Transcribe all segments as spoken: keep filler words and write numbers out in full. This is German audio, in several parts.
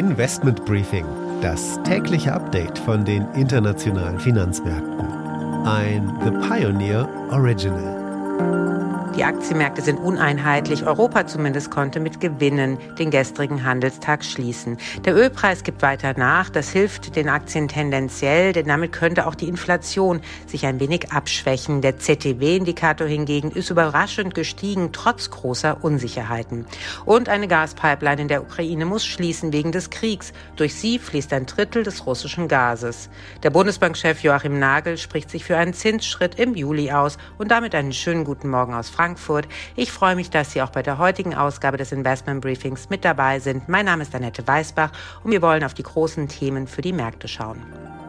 Investment Briefing, das tägliche Update von den internationalen Finanzmärkten. Ein The Pioneer Original. Die Aktienmärkte sind uneinheitlich. Europa zumindest konnte mit Gewinnen den gestrigen Handelstag schließen. Der Ölpreis gibt weiter nach. Das hilft den Aktien tendenziell, denn damit könnte auch die Inflation sich ein wenig abschwächen. Der Z T W-Indikator hingegen ist überraschend gestiegen, trotz großer Unsicherheiten. Und eine Gaspipeline in der Ukraine muss schließen wegen des Kriegs. Durch sie fließt ein Drittel des russischen Gases. Der Bundesbankchef Joachim Nagel spricht sich für einen Zinsschritt im Juli aus. Und damit einen schönen guten Morgen aus Frankfurt. Ich freue mich, dass Sie auch bei der heutigen Ausgabe des Investment Briefings mit dabei sind. Mein Name ist Annette Weißbach und wir wollen auf die großen Themen für die Märkte schauen.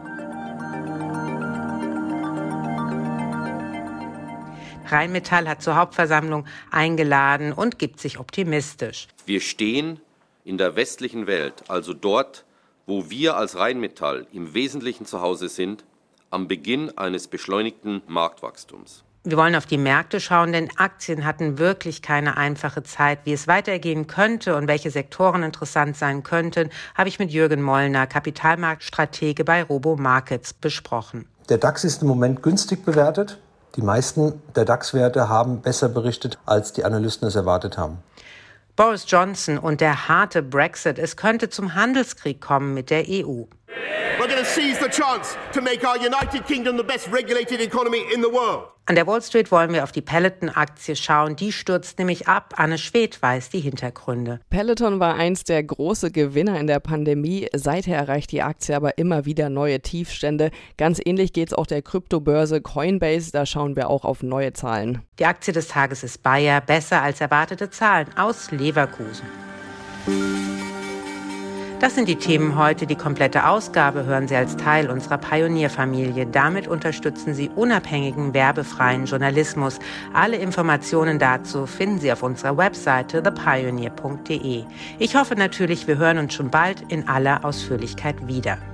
Rheinmetall hat zur Hauptversammlung eingeladen und gibt sich optimistisch. Wir stehen in der westlichen Welt, also dort, wo wir als Rheinmetall im Wesentlichen zu Hause sind, am Beginn eines beschleunigten Marktwachstums. Wir wollen auf die Märkte schauen, denn Aktien hatten wirklich keine einfache Zeit. Wie es weitergehen könnte und welche Sektoren interessant sein könnten, habe ich mit Jürgen Mollner, Kapitalmarktstratege bei Robo Markets, besprochen. Der DAX ist im Moment günstig bewertet. Die meisten der DAX-Werte haben besser berichtet, als die Analysten es erwartet haben. Boris Johnson und der harte Brexit. Es könnte zum Handelskrieg kommen mit der E U. We're going to seize the chance to make our United Kingdom the best regulated economy in the world. An der Wall Street wollen wir auf die Peloton-Aktie schauen. Die stürzt nämlich ab. Anne Schwedt weiß die Hintergründe. Peloton war einst der große Gewinner in der Pandemie. Seither erreicht die Aktie aber immer wieder neue Tiefstände. Ganz ähnlich geht es auch der Kryptobörse Coinbase. Da schauen wir auch auf neue Zahlen. Die Aktie des Tages ist Bayer. Besser als erwartete Zahlen aus Leverkusen. Das sind die Themen heute. Die komplette Ausgabe hören Sie als Teil unserer Pionierfamilie. Damit unterstützen Sie unabhängigen, werbefreien Journalismus. Alle Informationen dazu finden Sie auf unserer Webseite the pioneer punkt de. Ich hoffe natürlich, wir hören uns schon bald in aller Ausführlichkeit wieder.